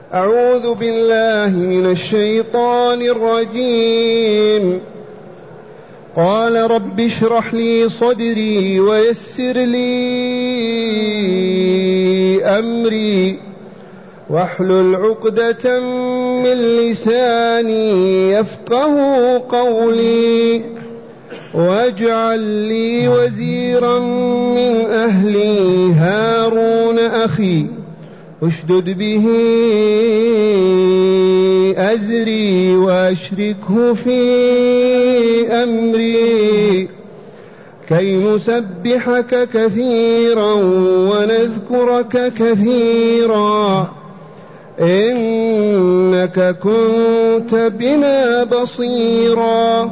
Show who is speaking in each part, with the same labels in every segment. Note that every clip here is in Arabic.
Speaker 1: أعوذ بالله من الشيطان الرجيم. قال رب اشرح لي صدري ويسر لي أمري واحلل عقدة من لساني يفقه قولي واجعل لي وزيرا من أهلي هارون أخي اشدد به أزري وأشركه في أمري كي نسبحك كثيرا ونذكرك كثيرا إنك كنت بنا بصيرا.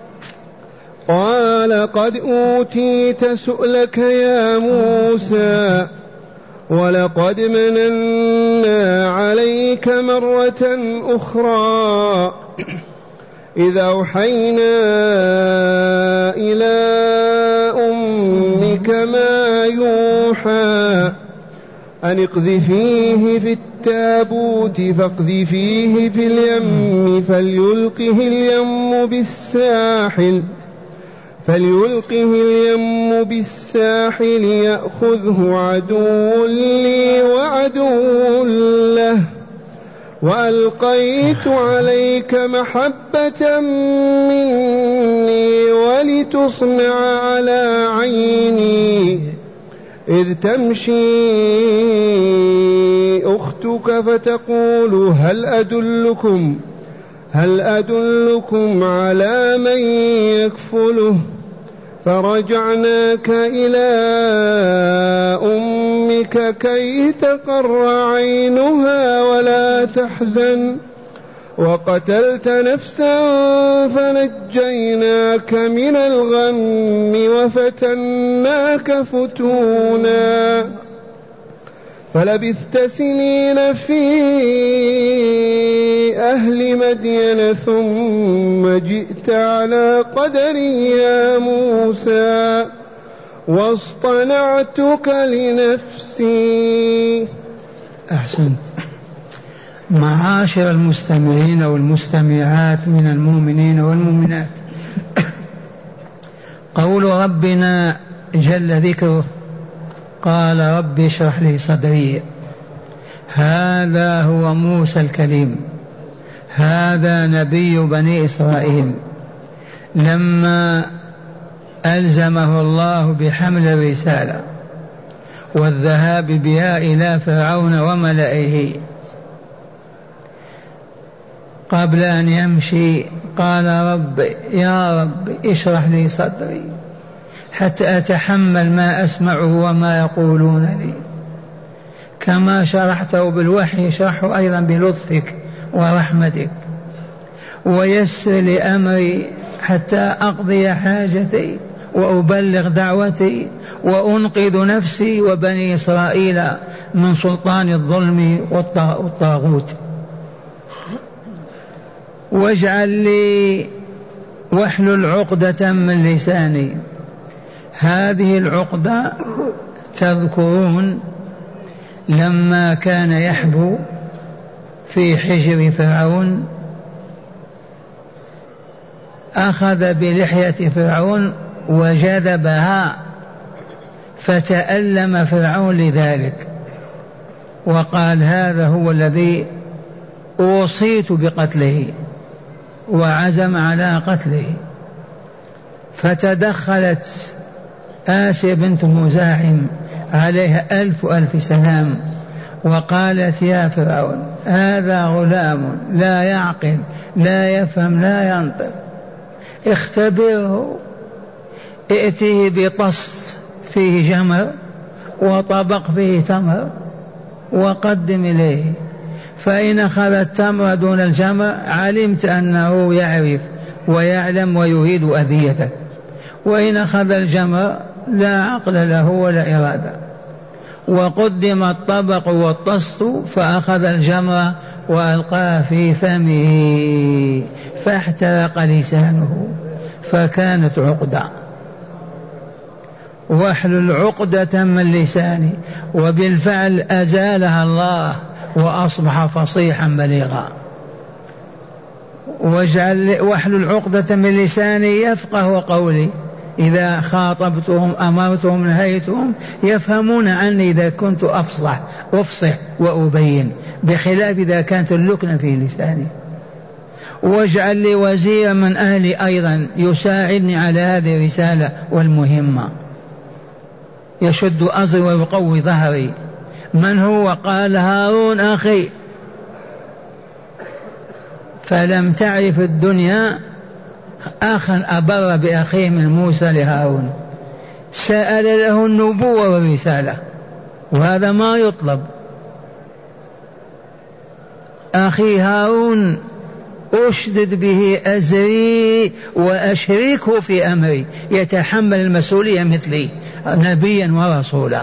Speaker 1: قال قد أوتيت سؤلك يا موسى ولقد مننا عليك مرة أخرى إذ أوحينا إلى أمك ما يوحى أن اقذفيه في التابوت فاقذفيه في اليم فليلقه اليم بالساحل يأخذه عدو لي وعدو له وألقيت عليك محبة مني ولتصنع على عيني إذ تمشي أختك فتقول هل أدلكم على من يكفله فرجعناك إلى أمك كي تقر عينها ولا تحزن وقتلت نفسا فنجيناك من الغم وفتناك فتونا فلبثت سنين في أهل مدين ثم جئت على قدري يا موسى واصطنعتك لنفسي.
Speaker 2: أحسنت. معاشر المستمعين والمستمعات من المؤمنين والمؤمنات، قول ربنا جل ذكره قال رب اشرح لي صدري، هذا هو موسى الكليم، هذا نبي بني إسرائيل لما ألزمه الله بحمل الرسالة والذهاب بها إلى فرعون وملئه، قبل أن يمشي قال رب يا رب اشرح لي صدري حتى أتحمل ما أسمعه وما يقولون لي، كما شرحته بالوحي اشرحه أيضا بلطفك ورحمتك، ويسر لأمري حتى أقضي حاجتي وأبلغ دعوتي وأنقذ نفسي وبني إسرائيل من سلطان الظلم والطاغوت، واجعل لي واحلل عقدة من لساني. هذه العقدة تذكرون لما كان يحبو في حجر فرعون أخذ بلحية فرعون وجذبها فتألم فرعون لذلك وقال هذا هو الذي أوصيت بقتله وعزم على قتله، فتدخلت آسيا بنت مزاحم عليها ألف سلام وقالت يا فرعون هذا غلام لا يعقل لا يفهم لا ينطق، اختبره، ائتيه بطست فيه جمر وطبق فيه تمر وقدم إليه، فإن أخذ التمر دون الجمر علمت أنه يعرف ويعلم ويريد أذيتك، وإن أخذ الجمر لا عقل له ولا إرادة. وقدم الطبق والطست فأخذ الجمر وألقاه في فمه فاحترق لسانه فكانت عقدة. واحلل عقدة من لساني، وبالفعل أزالها الله وأصبح فصيحا بليغا. واحلل عقدة من لساني يفقه قولي، إذا خاطبتهم أمرتهم نهيتهم يفهمون عني إذا كنت أفصح وأبين، بخلاف إذا كانت اللكنة في لساني. واجعل لي وزيرا من أهلي أيضا يساعدني على هذه الرسالة والمهمة، يشد أزري ويقوي ظهري. من هو؟ قال هارون أخي. فلم تعرف الدنيا أخا أبر بأخيه من موسى لهارون، سأل له النبوة والرسالة، وهذا ما يطلب. أخي هارون أشدد به أزري وأشركه في أمري، يتحمل المسؤولية مثلي نبيا ورسولا.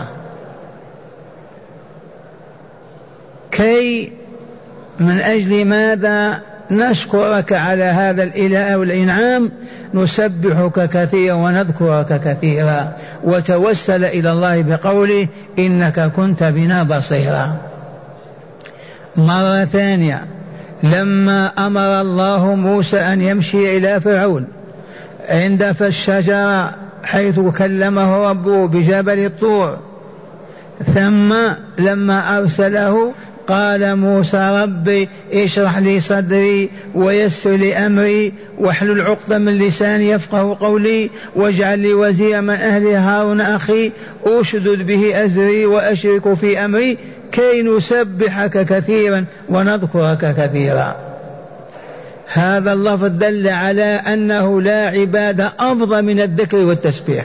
Speaker 2: كي من أجل ماذا؟ نشكرك على هذا الإله والإنعام، نسبحك كثيرا ونذكرك كثيرا. وتوسل إلى الله بقوله إنك كنت بنا بصيرا. مرة ثانية لما أمر الله موسى أن يمشي إلى فرعون عند فالشجرة حيث كلمه ربه بجبل الطور، ثم لما أرسله قال موسى ربي اشرح لي صدري ويسر لي أمري واحلل عقدة من لساني يفقه قولي واجعل لي وزيرا من أهلي هارون أخي أشدد به أزري وأشرك في أمري كي نسبحك كثيرا ونذكرك كثيرا. هذا اللفظ دل على أنه لا عبادة أفضل من الذكر والتسبيح.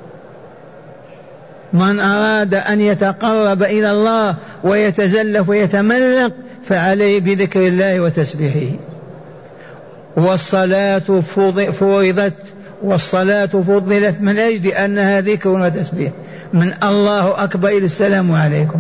Speaker 2: من أراد أن يتقرب إلى الله ويتزلف ويتملق فعليه بذكر الله وتسبيحه. والصلاة فرضت والصلاة فضلت من أجل أنها ذكر وتسبيح، من الله أكبر إلى السلام عليكم،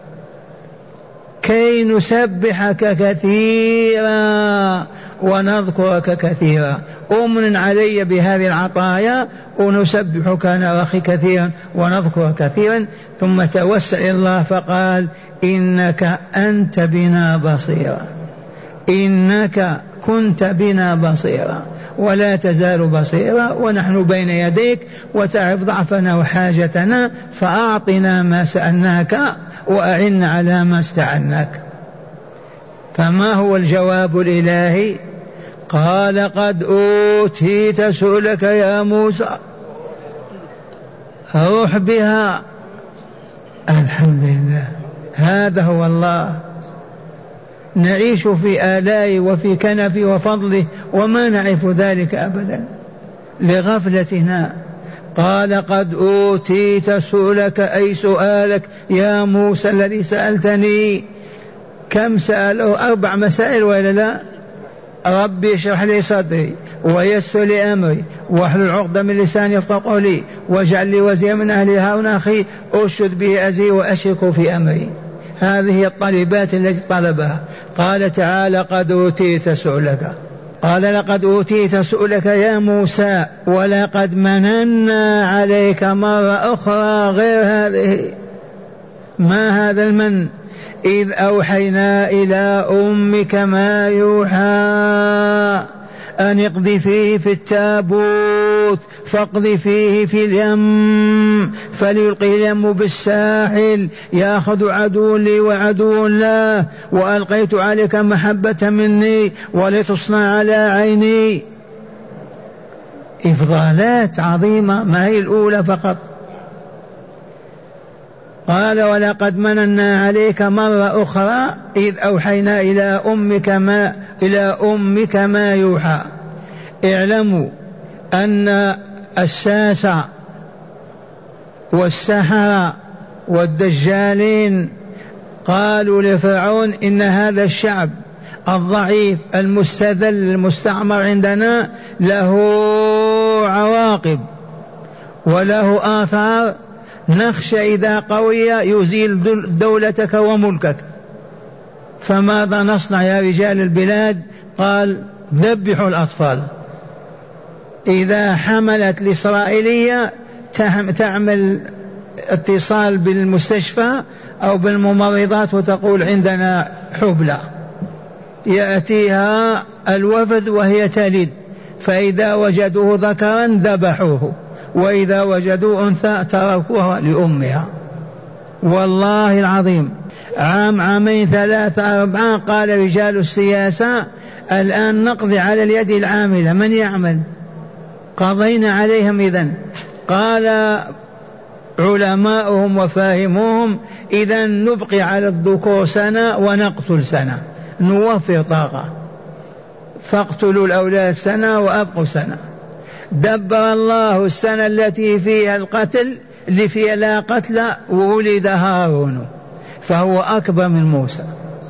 Speaker 2: كي نسبحك كثيرا ونذكرك كثيرا. أمن علي بهذه العطايا ونسبحك أنا أخي كثيرا ونذكرك كثيرا. ثم توسل إلى الله فقال إنك أنت بنا بصيرا، إنك كنت بنا بصيرا ولا تزال بصيرا، ونحن بين يديك وتعرف ضعفنا وحاجتنا، فأعطنا ما سألناك وأعنا على ما استعناك. فما هو الجواب الإلهي؟ قال قد أوتيت سؤلك يا موسى، روح بها. الحمد لله، هذا هو الله. نعيش في آلائه وفي كنفه وفضله وما نعرف ذلك أبدا لغفلتنا. قال قد أوتيت سؤلك أي سؤالك يا موسى الذي سألتني. كم سأله؟ 4 مسائل ولا لا؟ ربي اشرح لي صدري ويسر لي أمري واحلل عقدة من لساني يفقهوا قولي واجعل لي وزيرا من أهلي هارون أخي أشد به أزري وأشرك في أمري. هذه الطلبات التي طلبها. قال تعالى قد أوتيت سؤلك. قال لقد أوتيت سؤلك يا موسى ولقد مننا عليك مرة أخرى غير هذه. ما هذا المن؟ إذ أوحينا إلى أمك ما يوحى أن اقذفيه في التابوت فاقذفيه في اليم فليلقه اليم بالساحل يأخذ عدو لي وعدو له وألقيت عليك محبة مني ولتصنع على عيني. إفضالات عظيمة، ما هي الأولى فقط. قال ولقد مننا عليك مرة أخرى إذ أوحينا إلى أمك ما يوحى. اعلموا أن الساسة والسحرة والدجالين قالوا لفرعون إن هذا الشعب الضعيف المستذل المستعمر عندنا له عواقب وله آثار، نخشى إذا قوي يزيل دولتك وملكك، فماذا نصنع يا رجال البلاد؟ قال ذبحوا الأطفال. إذا حملت الإسرائيلية تعمل اتصال بالمستشفى أو بالممرضات وتقول عندنا حبلى، يأتيها الوفد وهي تلد، فإذا وجدوه ذكرا ذبحوه، وإذا وجدوا أنثى تركوها لأمها. والله العظيم عام عامين 3 4 قال رجال السياسة الآن نقضي على اليد العاملة، من يعمل؟ قضينا عليهم إذن. قال علماؤهم وفاهموهم إذن نبقي على الذكور سنة ونقتل سنة، نوفر طاقة، فاقتلوا الأولاد سنة وأبقوا سنة. دبر الله السنة التي فيها القتل اللي فيها لا قتل وولد هارون فهو أكبر من موسى.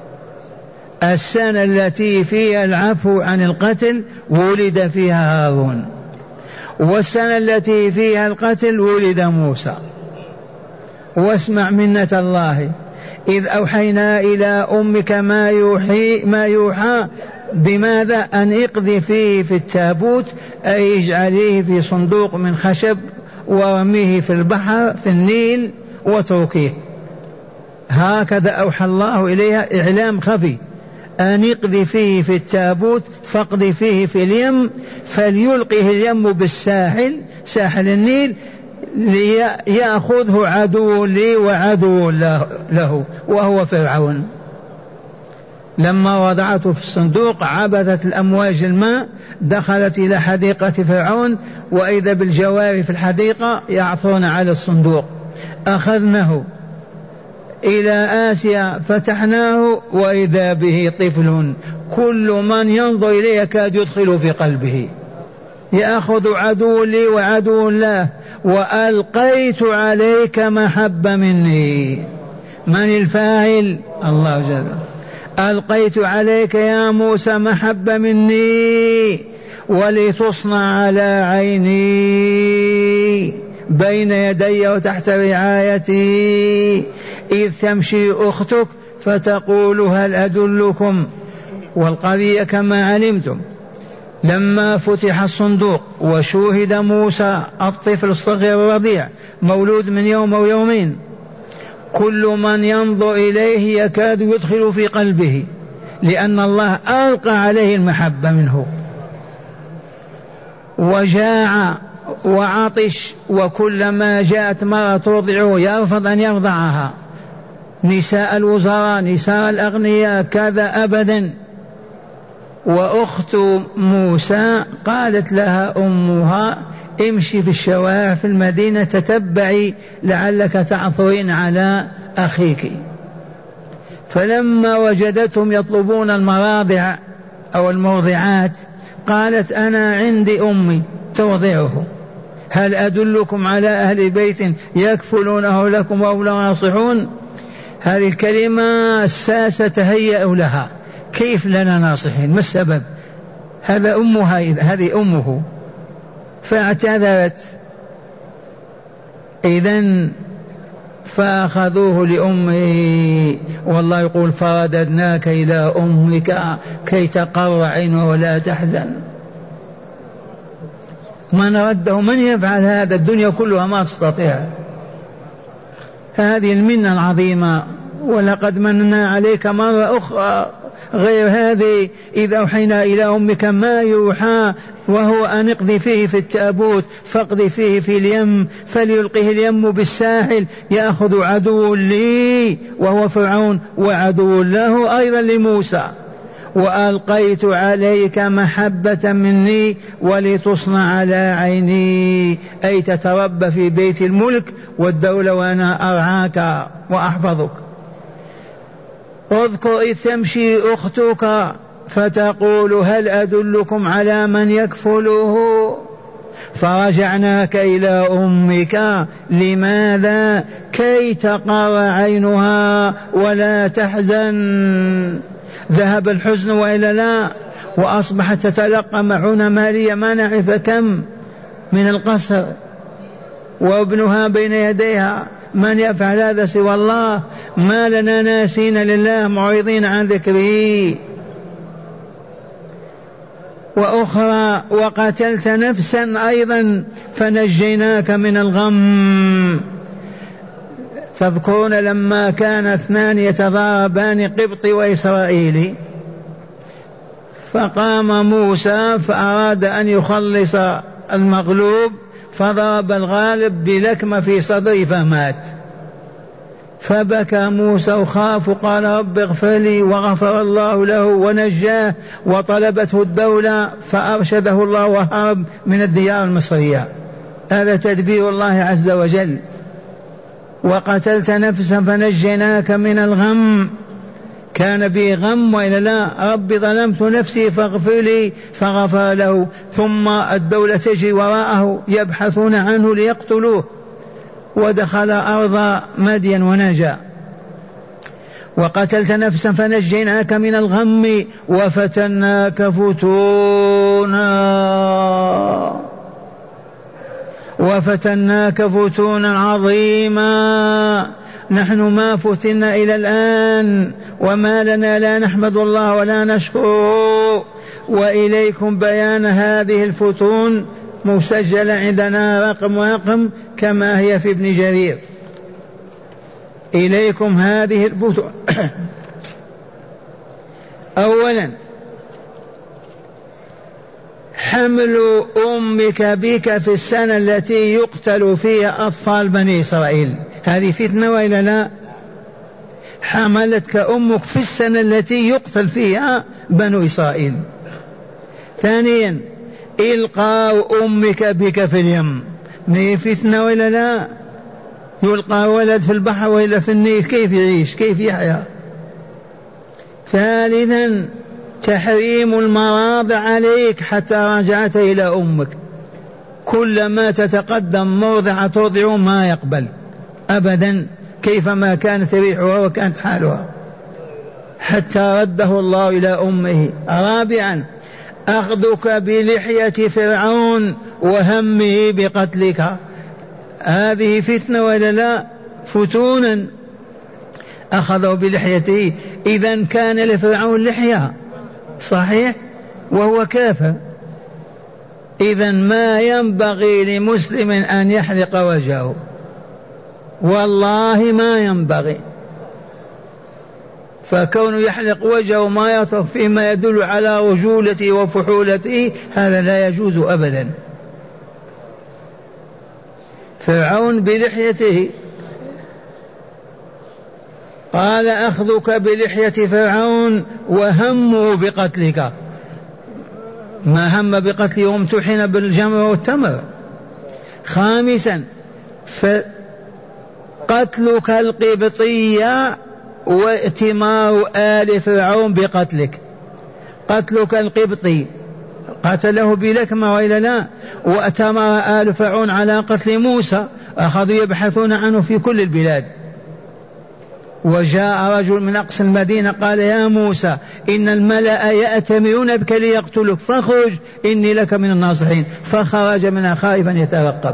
Speaker 2: السنة التي فيها العفو عن القتل ولد فيها هارون، والسنة التي فيها القتل ولد موسى. واسمع منة الله، إذ أوحينا إلى أمك ما يوحى بماذا؟ أن اقذي فيه في التابوت، أي اجعليه في صندوق من خشب ورميه في البحر في النيل وتركيه. هكذا أوحى الله إليها إعلام خفي، أن اقذي فيه في التابوت، فاقذي فيه في اليم، فليلقه اليم بالساحل، ساحل النيل، ليأخذه عدو لي وعدو له وهو فرعون. لما وضعته في الصندوق عبثت الأمواج الماء، دخلت إلى حديقة فرعون، وإذا بالجواري في الحديقة يعثرون على الصندوق. أخذناه إلى آسيا فتحناه وإذا به طفل كل من ينظر إليه يكاد يدخل في قلبه. يأخذ عدو لي وعدو الله. وألقيت عليك محبة مني. من الفاعل؟ الله جل. ألقيت عليك يا موسى محبة مني ولتصنع على عيني بين يدي وتحت رعايتي، إذ تمشي أختك فتقول هل أدلكم. والقضية كما علمتم لما فتح الصندوق وشوهد موسى الطفل الصغير الرضيع مولود من يوم أو يومين، كل من ينظر إليه يكاد يدخل في قلبه، لأن الله ألقى عليه المحبة منه. وجاع وعطش، وكلما جاءت مرة ترضعه يرفض أن يرضعها. نساء الوزراء، نساء الأغنياء، كذا أبدا. وأخت موسى قالت لها أمها امشي في الشوارع في المدينة تتبعي لعلك تعثرين على أخيك. فلما وجدتهم يطلبون المراضع أو المرضعات قالت أنا عندي أمي ترضعه، هل أدلكم على أهل بيت يكفلونه لكم وهم ناصحون. هذه الكلمة الساسة تهيأ لها، كيف لنا ناصحين؟ ما السبب؟ هذا أمها، هذه أمه. فاعتذرت. إذن فأخذوه لأمه، والله يقول فرددناك إلى أمك كي تقر عينها ولا تحزن. من رده؟ من يفعل هذا؟ الدنيا كلها ما تستطيع. هذه المنة العظيمة. ولقد مننا عليك مرة أخرى غير هذه، إذا أوحينا إلى أمك ما يوحى، وهو أن اقذي فيه في التابوت، فاقذي فيه في اليم، فليلقه اليم بالساحل، يأخذ عدو لي وهو فرعون وعدو له أيضا لموسى. وألقيت عليك محبة مني ولتصنع على عيني، أي تتربى في بيت الملك والدولة وأنا أرعاك وأحفظك. اذكر إذ تمشي أختك فتقول هل أدلكم على من يكفله، فرجعناك إلى أمك. لماذا؟ كي تقر عينها ولا تحزن. ذهب الحزن وإلا لا؟ وأصبحت تتلقى معونة مالية ما نعرف كم من القصر، وابنها بين يديها. من يفعل هذا سوى الله؟ ما لنا ناسين لله معرضين عن ذكره. وأخرى وقتلت نفسا أيضا فنجيناك من الغم. تذكرون لما كان اثنان يتضاربان قبطي وإسرائيلي، فقام موسى فأراد أن يخلص المغلوب فضرب الغالب بلكمة في صدره فمات. فبكى موسى وخاف وقال رب اغفر لي، وغفر الله له ونجاه، وطلبته الدولة فأرشده الله وهرب من الديار المصرية. هذا تدبير الله عز وجل. وقتلت نفسا فنجيناك من الغم، كان به غم وإلا لا؟ رب ظلمت نفسي فاغفر لي فغفر له. ثم الدولة تجري وراءه يبحثون عنه ليقتلوه، ودخل أرض مدين ونجا. وقتلت نفسا فنجيناك من الغم وفتناك فتونا عظيما. نحن ما فتنا إلى الآن، وما لنا لا نحمد الله ولا نشكره. وإليكم بيان هذه الفتون مسجلة عندنا رقم كما هي في ابن جرير. إليكم هذه الفتون. أولا حمل أمك بك في السنة التي يقتل فيها أطفال بني إسرائيل، هذه فتنة وإلا لا؟ حملتك أمك في السنة التي يقتل فيها بنو إسرائيل. ثانيا إلقاء أمك بك في اليم، هذه فتنة وإلا لا؟ يلقى ولد في البحر وإلا في النيل، كيف يعيش كيف يحيا؟ ثالثا تحريم المراضع عليك حتى رجعت إلى أمك، كلما تتقدم مرضعة ترضع ما يقبل أبدا كيفما كانت ريحها وكانت حالها، حتى رده الله إلى أمه. رابعا أخذك بلحية فرعون وهمه بقتلك، هذه فتنة ولا لا؟ فتونا أخذوا بلحيته. إذا كان لفرعون لحية صحيح وهو كافر، إذا ما ينبغي لمسلم أن يحلق وجهه، والله ما ينبغي. فكونه يحلق وجهه ما يطرق فيما يدل على رجولته وفحولته هذا لا يجوز أبدا. فرعون بلحيته، قال أخذك بلحية فرعون وهمه بقتلك، ما هم بقتله وامتحن بالجمر والتمر. خامسا قتلك القبطية وائتمار آل فرعون بقتلك، قتلك القبطي قتله بلكمة وإلا لا؟ وأتمر آل فرعون على قتل موسى، أخذوا يبحثون عنه في كل البلاد. وجاء رجل من أقصى المدينة قال يا موسى إن الملأ يأتمرون بك ليقتلك فاخرج إني لك من الناصحين، فخرج منها خائفا يترقب.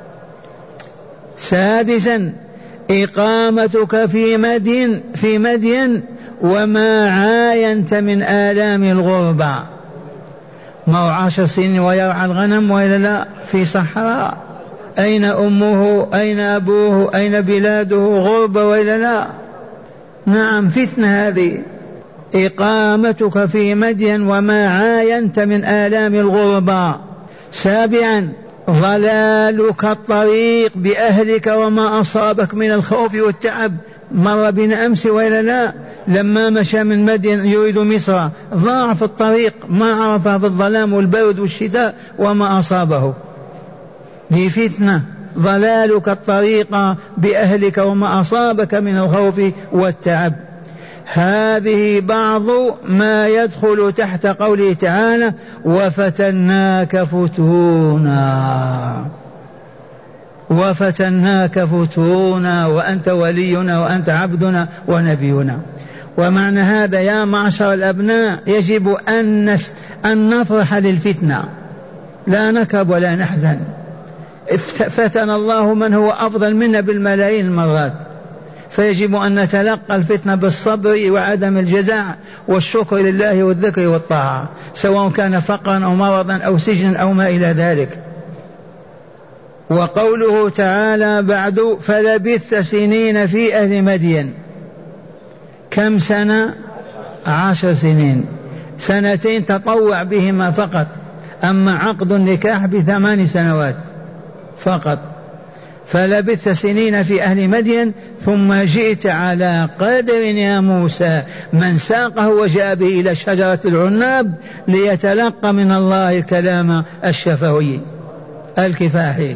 Speaker 2: سادسا إقامتك في مدين وما عاينت من آلام الغربة، ما هو 10 سنين ويرعى الغنم وإلا لا في صحراء، أين أمه أين أبوه أين بلاده؟ غربة وإلا لا؟ نعم فتنة هذه. إقامتك في مدين وما عاينت من آلام الغربة. سابعا ضلالك الطريق بأهلك وما أصابك من الخوف والتعب. مر بنا أمس وإلا لا؟ لما مشى من مدين يريد مصر ضاع في الطريق، ما عرفها بالظلام والبرد والشتاء وما أصابه. دي فتنة، ضلالك الطريق بأهلك وما أصابك من الخوف والتعب. هذه بعض ما يدخل تحت قوله تعالى وفتناك فتونا وأنت ولينا وأنت عبدنا ونبينا. ومعنى هذا يا معشر الأبناء يجب أن نفرح للفتنة، لا نكب ولا نحزن. فتن الله من هو أفضل منا بالملايين المرات، فيجب أن نتلقى الفتنة بالصبر وعدم الجزع والشكر لله والذكر والطاعة، سواء كان فقرا أو مرضا أو سجنا أو ما إلى ذلك. وقوله تعالى بعد فلبثت سنين في أهل مدين، كم سنة؟ 10 سنين، 2 تطوع بهما فقط، أما عقد النكاح ب8 سنوات فقط. فلبثت سنين في أهل مدين ثم جئت على قدر يا موسى، من ساقه وجاء به إلى شجرة العناب ليتلقى من الله الكلام الشفوي الكفاحي،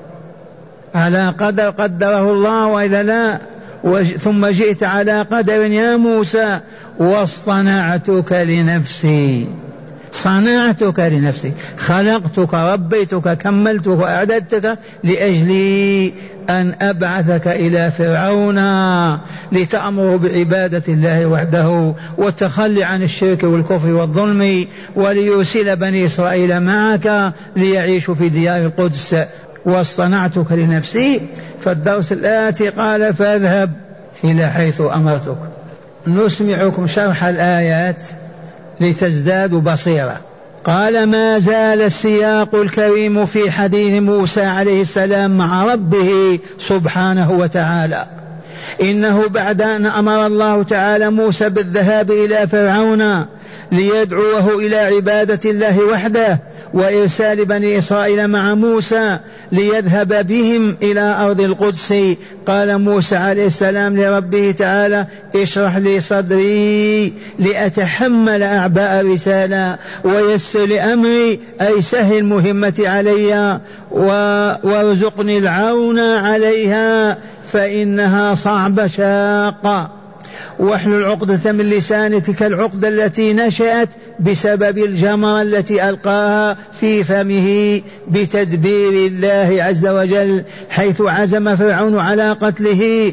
Speaker 2: على قدر قدره الله وإلا لا. ثم جئت على قدر يا موسى واصطنعتك لنفسي، صنعتك لنفسي، خلقتك ربيتك كملتك أعددتك لأجل أن أبعثك إلى فرعون لتأمره بعبادة الله وحده والتخلي عن الشرك والكفر والظلم، وليرسل بني إسرائيل معك ليعيشوا في ديار القدس. واصطنعتك لنفسي. فالدرس الآتي قال فاذهب إلى حيث أمرتك. نسمعكم شرح الآيات لتزدادوا بصيرة. قال ما زال السياق الكريم في حديث موسى عليه السلام مع ربه سبحانه وتعالى. إنه بعد أن أمر الله تعالى موسى بالذهاب إلى فرعون ليدعوه إلى عبادة الله وحده وإرسال بني إسرائيل مع موسى ليذهب بهم إلى أرض القدس، قال موسى عليه السلام لربه تعالى اشرح لي صدري لأتحمل أعباء الرسالة ويسر لأمري أي سهل مهمتي علي وارزقني العون عليها فإنها صعبة شاقة. واحلل عقدة من لساني، تلك العقدة التي نشأت بسبب الجمرة التي ألقاها في فمه بتدبير الله عز وجل، حيث عزم فرعون على قتله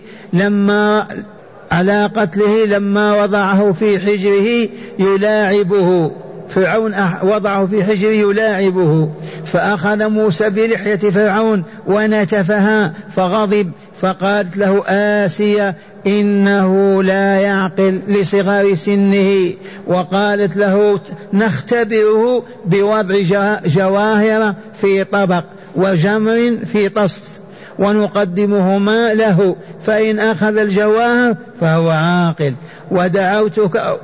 Speaker 2: لما وضعه في حجره يلاعبه. فرعون وضعه في حجره يلاعبه، فأخذ موسى بلحية فرعون ونتفها فغضب، فقالت له آسيا إنه لا يعقل لصغار سنه، وقالت له نختبره بوضع جواهر في طبق وجمر في طس ونقدمهما له، فإن أخذ الجواهر فهو عاقل ودعوتك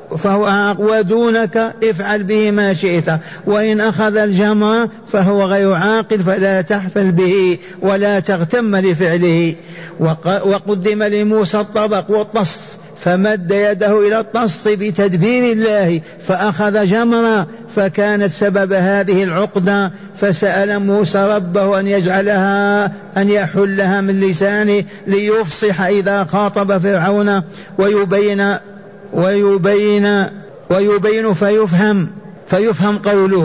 Speaker 2: ودونك افعل به ما شئت، وإن أخذ الجمر فهو غير عاقل فلا تحفل به ولا تغتم لفعله. وقدم لموسى الطبق والطص فمد يده إلى الطص بتدبير الله فأخذ جمرا، فكانت سبب هذه العقدة. فسأل موسى ربه أن يحلها من لسانه ليفصح إذا خاطب فرعون ويبين فيفهم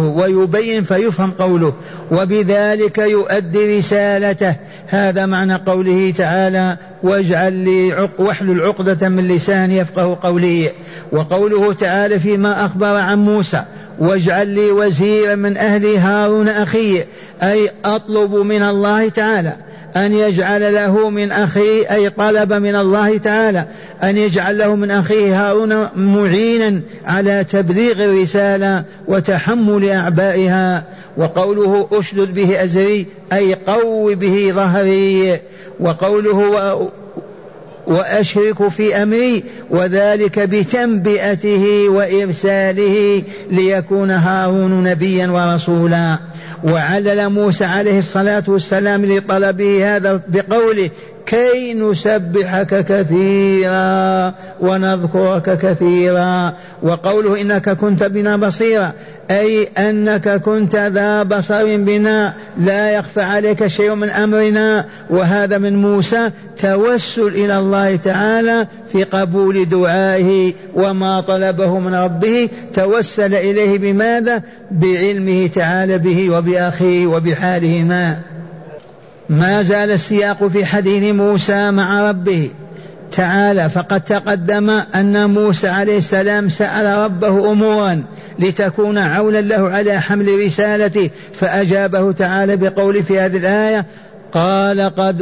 Speaker 2: قوله وبذلك يؤدي رسالته. هذا معنى قوله تعالى واحلل عقدة من لساني يفقه قولي. وقوله تعالى فيما أخبر عن موسى واجعل لي وزيرا من أهلي هارون أخي، أي أطلب من الله تعالى أن يجعل له من أخيه، أي طلب من الله تعالى أن يجعل له من أخيه هارون معينا على تبليغ الرسالة وتحمل أعبائها. وقوله أشدد به أزري أي قو به ظهري. وقوله وأشرك في أمري، وذلك بتنبئته وإرساله ليكون هارون نبيا ورسولا. وعلل موسى عليه الصلاة والسلام لطلبه هذا بقوله كي نسبحك كثيرا ونذكرك كثيرا. وقوله إنك كنت بنا بصيرا أي أنك كنت ذا بصر بنا لا يخفى عليك شيء من أمرنا. وهذا من موسى توسل إلى الله تعالى في قبول دعائه وما طلبه من ربه، توسل إليه بماذا؟ بعلمه تعالى به وبأخيه وبحالهما. ما زال السياق في حديث موسى مع ربه تعالى، فقد تقدم أن موسى عليه السلام سأل ربه أمورا لتكون عونا له على حمل رسالته، فأجابه تعالى بقول في هذه الآية قال قد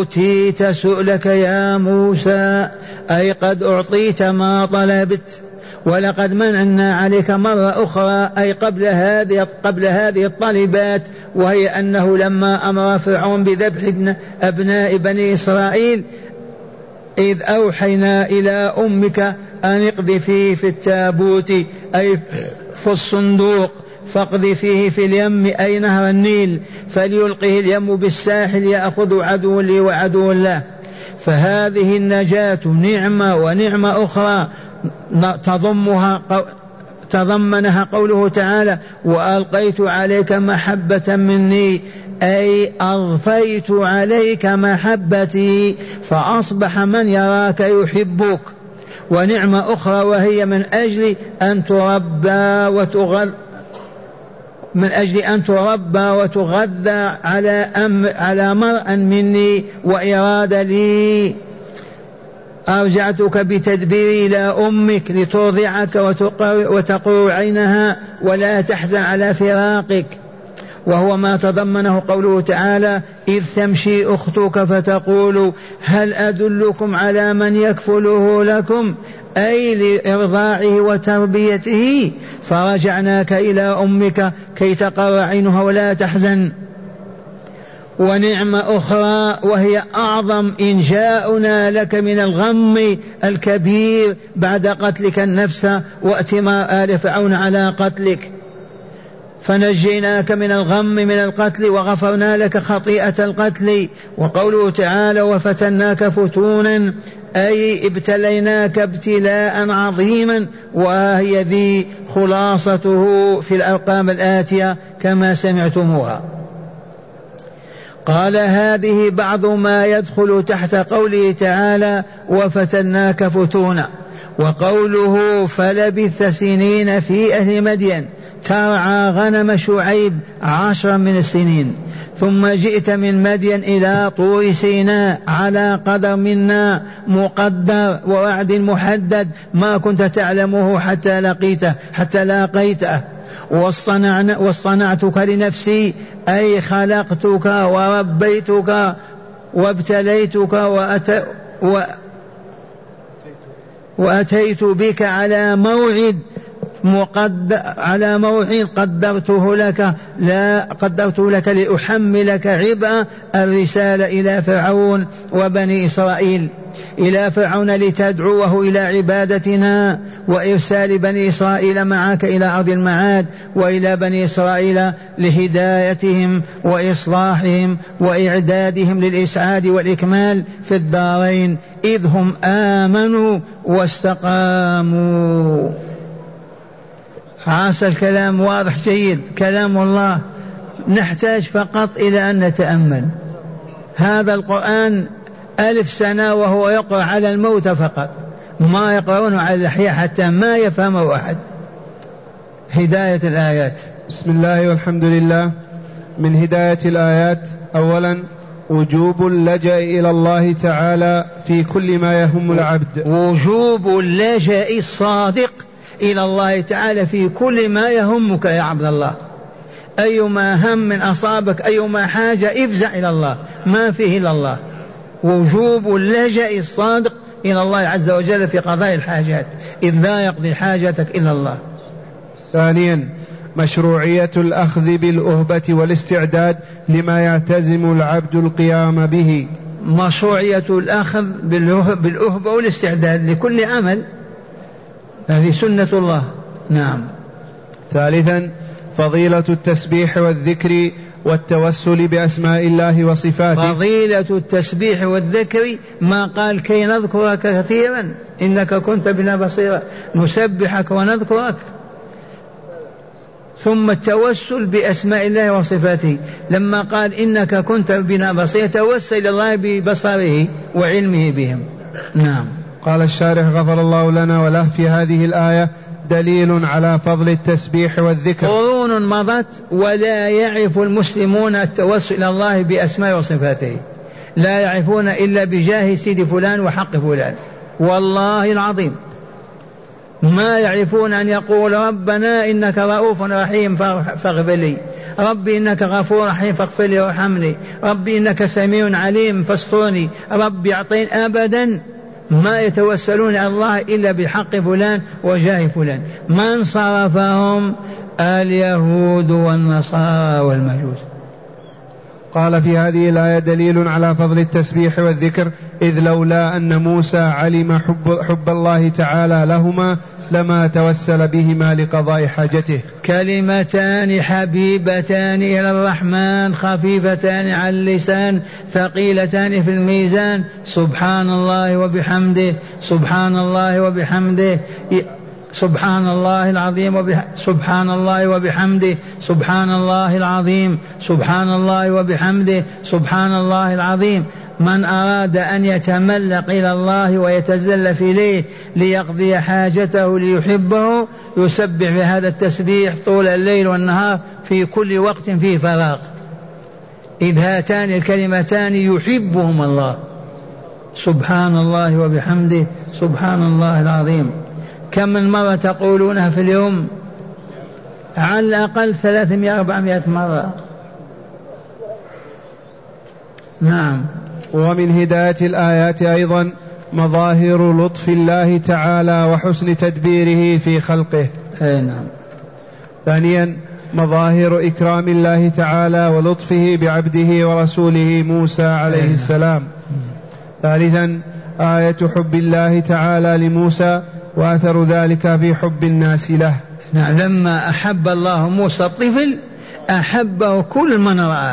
Speaker 2: أوتيت سؤلك يا موسى، أي قد أعطيت ما طلبت. ولقد منعنا عليك مرة أخرى أي قبل هذه الطالبات، وهي أنه لما أمر فرعون بذبح أبناء بني إسرائيل إذ أوحينا إلى أمك أن اقذفيه في التابوت أي في الصندوق فاقذفيه في اليم أي نهر النيل فليلقه اليم بالساحل يأخذ عدو لي وعدو له. فهذه النجاة نعمة، ونعمة أخرى تضمنها قوله تعالى وألقيت عليك محبة مني أي أضفيت عليك محبتي فأصبح من يراك يحبك. ونعمة أخرى وهي من أجل أن تربى وتغذى على مرء مني وإرادة لي. أرجعتك بتدبيري إلى أمك لترضعك وتقر عينها ولا تحزن على فراقك، وهو ما تضمنه قوله تعالى إذ تمشي أختك فتقول هل أدلكم على من يكفله لكم أي لإرضاعه وتربيته فرجعناك إلى أمك كي تقر عينها ولا تحزن. ونعمة أخرى وهي أعظم إنجاؤنا لك من الغم الكبير بعد قتلك النفس واتمار آل فرعون على قتلك، فنجيناك من الغم من القتل وغفرنا لك خطيئة القتل. وقوله تعالى وفتناك فتونا أي ابتليناك ابتلاء عظيما، وهي ذي خلاصته في الأرقام الآتية كما سمعتموها. قال هذه بعض ما يدخل تحت قوله تعالى وفتناك فتونا. وقوله فلبث سنين في أهل مدين ترعى غنم شعيب 10 من السنين ثم جئت من مدين إلى طور سيناء على قدر منا مقدر ووعد محدد ما كنت تعلمه حتى لاقيته واصطنعتك لنفسي أي خلقتك وربيتك وابتليتك وأتيت بك على موعد قدرته لك لأحملك عبء الرسالة إلى فرعون وبني إسرائيل، إلى فرعون لتدعوه إلى عبادتنا وإرسال بني إسرائيل معك إلى أرض المعاد، وإلى بني إسرائيل لهدايتهم وإصلاحهم وإعدادهم للإسعاد والإكمال في الدارين إذ هم آمنوا واستقاموا. عسى الكلام واضح جيد، كلام الله، نحتاج فقط إلى أن نتأمل. هذا القرآن 1000 سنة وهو يقرأ على الموت فقط، ما يقرأونه على الأحياء حتى ما يفهمه أحد. هداية الآيات.
Speaker 1: بسم الله والحمد لله. من هداية الآيات أولا وجوب اللجأ إلى الله تعالى في كل ما يهم العبد، وجوب
Speaker 2: اللجأ الصادق إلى الله تعالى في كل ما يهمك يا عبد الله. أيما هم أصابك أيما حاجة افزع إلى الله، ما فيه إلا الله. وجوب اللجأ الصادق إلى الله عز وجل في قضاء الحاجات إذ لا يقضي حاجتك إلا الله.
Speaker 1: ثانيا مشروعية الأخذ بالأهبة والاستعداد لما يعتزم العبد القيام به.
Speaker 2: مشروعية الأخذ بالأهبة والاستعداد لكل عمل، هذه سنة الله. نعم.
Speaker 1: ثالثا فضيلة التسبيح والذكر والتوسل بأسماء الله وصفاته.
Speaker 2: فضيلة التسبيح والذكر ما قال كي نذكرك كثيرا إنك كنت بنا بصيرا، نسبحك ونذكرك. ثم التوسل بأسماء الله وصفاته، لما قال إنك كنت بنا بصيرا توسل إلى الله ببصره وعلمه بهم. نعم.
Speaker 1: قال الشارح غفر الله لنا وله في هذه الآية دليل على فضل التسبيح والذكر.
Speaker 2: قرون مضت ولا يعرف المسلمون التوسل إلى الله بأسماء وصفاته، لا يعرفون إلا بجاه سيد فلان وحق فلان، والله العظيم ما يعرفون أن يقول ربنا إنك رؤوف رحيم فاغفر لي، ربي إنك غفور رحيم فاغفر لي وارحمني، ربي إنك سميع عليم فاسترني، ربي أعطيني. أبدا ما يتوسلون إلى الله إلا بحق فلان وجاه فلان. من صرفهم؟ اليهود والنصارى والمجوس.
Speaker 1: قال في هذه الآية دليل على فضل التسبيح والذكر، إذ لولا أن موسى علم حب الله تعالى لهما لما توسل بهما لقضاء حاجته.
Speaker 2: كلمتان حبيبتان إلى الرحمن خفيفتان على اللسان ثقيلتان في الميزان، سبحان الله وبحمده، سبحان الله وبحمده، سبحان الله العظيم سبحان الله وبحمده، سبحان الله العظيم، سبحان الله وبحمده، سبحان الله العظيم. من أراد أن يتملق إلى الله ويتزلف إليه ليقضي حاجته ليحبه يسبح بهذا التسبيح طول الليل والنهار في كل وقت فيه فراغ، إذ هاتان الكلمتان يحبهم الله. سبحان الله وبحمده، سبحان الله العظيم. كم من مرة تقولونها في اليوم؟ على الأقل 300-400 مرة. نعم.
Speaker 1: ومن هداية الآيات أيضا مظاهر لطف الله تعالى وحسن تدبيره في خلقه.
Speaker 2: نعم.
Speaker 1: ثانيا مظاهر إكرام الله تعالى ولطفه بعبده ورسوله موسى عليه السلام. ثالثا آية حب الله تعالى لموسى وأثر ذلك في حب الناس له.
Speaker 2: نعم. لما أحب الله موسى الطفل أحبه كل من رآه،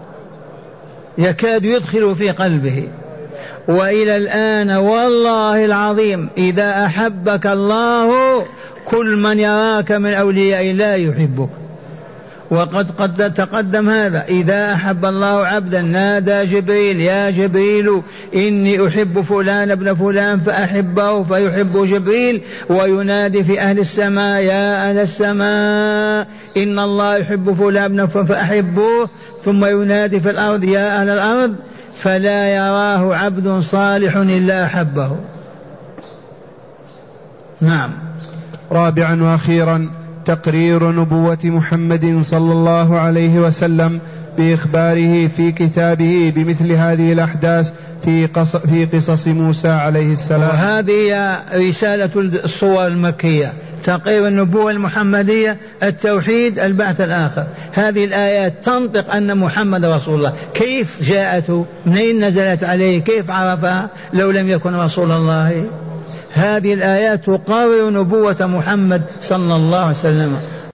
Speaker 2: يكاد يدخل في قلبه. وإلى الآن والله العظيم إذا أحبك الله كل من يراك من أولياء الله يحبك. وقد تقدم هذا، إذا أحب الله عبدا نادى جبريل يا جبريل إني أحب فلان ابن فلان فأحبه فيحب جبريل، وينادي في أهل السماء يا أهل السماء إن الله يحب فلان ابن فلان فأحبوه، ثم ينادي في الأرض يا أهل الأرض، فلا يراه عبد صالح إلا أحبه. نعم.
Speaker 1: رابعا وأخيرا تقرير نبوة محمد صلى الله عليه وسلم بإخباره في كتابه بمثل هذه الأحداث في قصص موسى عليه السلام.
Speaker 2: وهذه رسالة الصور المكية، تقرير النبوة المحمدية، التوحيد، البعث الآخر. هذه الآيات تنطق أن محمد رسول الله. كيف جاءته؟ منين نزلت عليه؟ كيف عرفها لو لم يكن رسول الله؟ هذه الآيات تقرر نبوة محمد صلى الله عليه وسلم.